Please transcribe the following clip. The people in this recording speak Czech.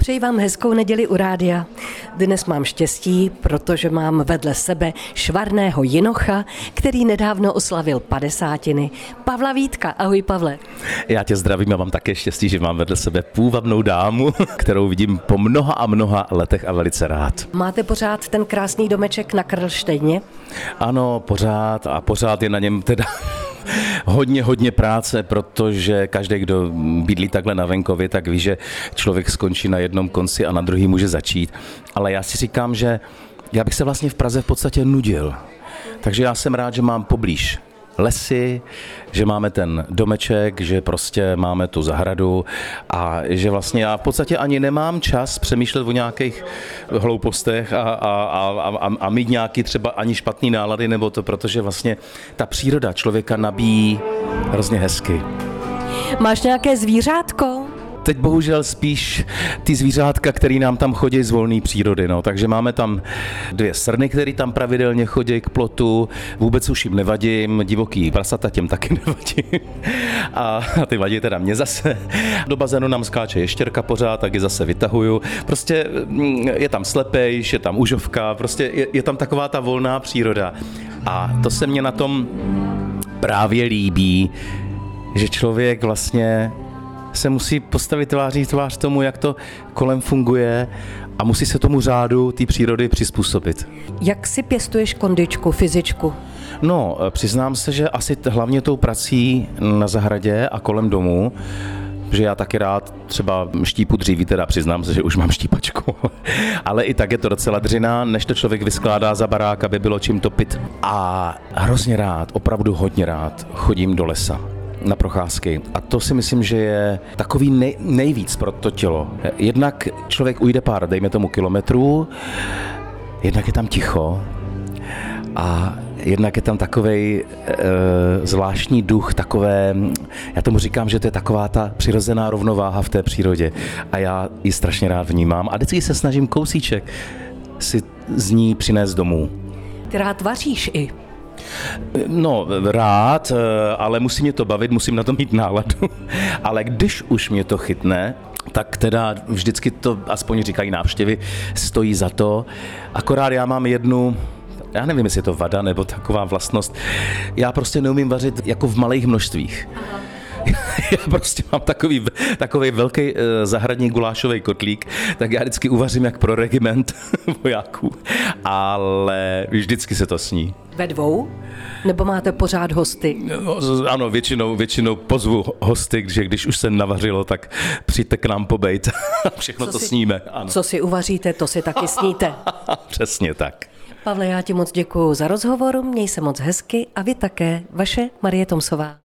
Přeji vám hezkou neděli u rádia. Dnes mám štěstí, protože mám vedle sebe švarného jinocha, který nedávno oslavil 50. Pavla Vítka. Ahoj, Pavle. Já tě zdravím a mám také štěstí, že mám vedle sebe půvabnou dámu, kterou vidím po mnoha a mnoha letech a velice rád. Máte pořád ten krásný domeček na Karlštejně? Ano, pořád a pořád je na něm teda hodně práce, protože každý, kdo bydlí takhle na venkově, tak ví, že člověk skončí na jednom konci a na druhý může začít. Ale já si říkám, že já bych se vlastně v Praze v podstatě nudil. Takže já jsem rád, že mám poblíž lesy, že máme ten domeček, že prostě máme tu zahradu a že vlastně já v podstatě ani nemám čas přemýšlet o nějakých hloupostech a mít nějaký třeba ani špatný nálady nebo to, protože vlastně ta příroda člověka nabíjí hrozně hezky. Máš nějaké zvířátko? Teď bohužel spíš ty zvířátka, který nám tam chodí z volné přírody, no. Takže máme tam 2 srny, které tam pravidelně chodí k plotu, vůbec už jim nevadím, divoký prasata těm taky nevadím. A ty vadí teda mě zase. Do bazénu nám skáče ještěrka pořád, tak ji zase vytahuju. Prostě je tam slepejš, je tam užovka, prostě je tam taková ta volná příroda. A to se mně na tom právě líbí, že člověk vlastně se musí postavit tváří v tvář tomu, jak to kolem funguje a musí se tomu řádu té přírody přizpůsobit. Jak si pěstuješ kondičku, fyzičku? No, přiznám se, že asi hlavně tou prací na zahradě a kolem domu, že já taky rád třeba štípu dříví, teda přiznám se, že už mám štípačku, ale i tak je to docela dřina, než to člověk vyskládá za barák, aby bylo čím topit. A hrozně rád, opravdu hodně rád chodím do lesa na procházky. A to si myslím, že je takový nejvíc pro to tělo. Jednak člověk ujde pár, dejme tomu, kilometrů, jednak je tam ticho a jednak je tam takovej zvláštní duch, takové, já tomu říkám, že to je taková ta přirozená rovnováha v té přírodě a já ji strašně rád vnímám a vždycky se snažím kousíček si z ní přinést domů. Ty rád vaříš i? No, rád, ale musí mě to bavit, musím na to mít náladu. Ale když už mě to chytne, tak teda vždycky to, aspoň říkají návštěvy, stojí za to. Akorát já mám jednu, já nevím, jestli je to vada nebo taková vlastnost, já prostě neumím vařit jako v malých množstvích. Já prostě mám takový velký zahradní gulášový kotlík, tak já vždycky uvařím jak pro regiment vojáků, ale vždycky se to sní. Ve 2? Nebo máte pořád hosty? No, ano, většinou pozvu hosty, že když už se navařilo, tak přijďte k nám pobejt a všechno to sníme. Ano. Co si uvaříte, to si taky sníte. Přesně tak. Pavle, já ti moc děkuju za rozhovor, měj se moc hezky a vy také, vaše Marie Tomsová.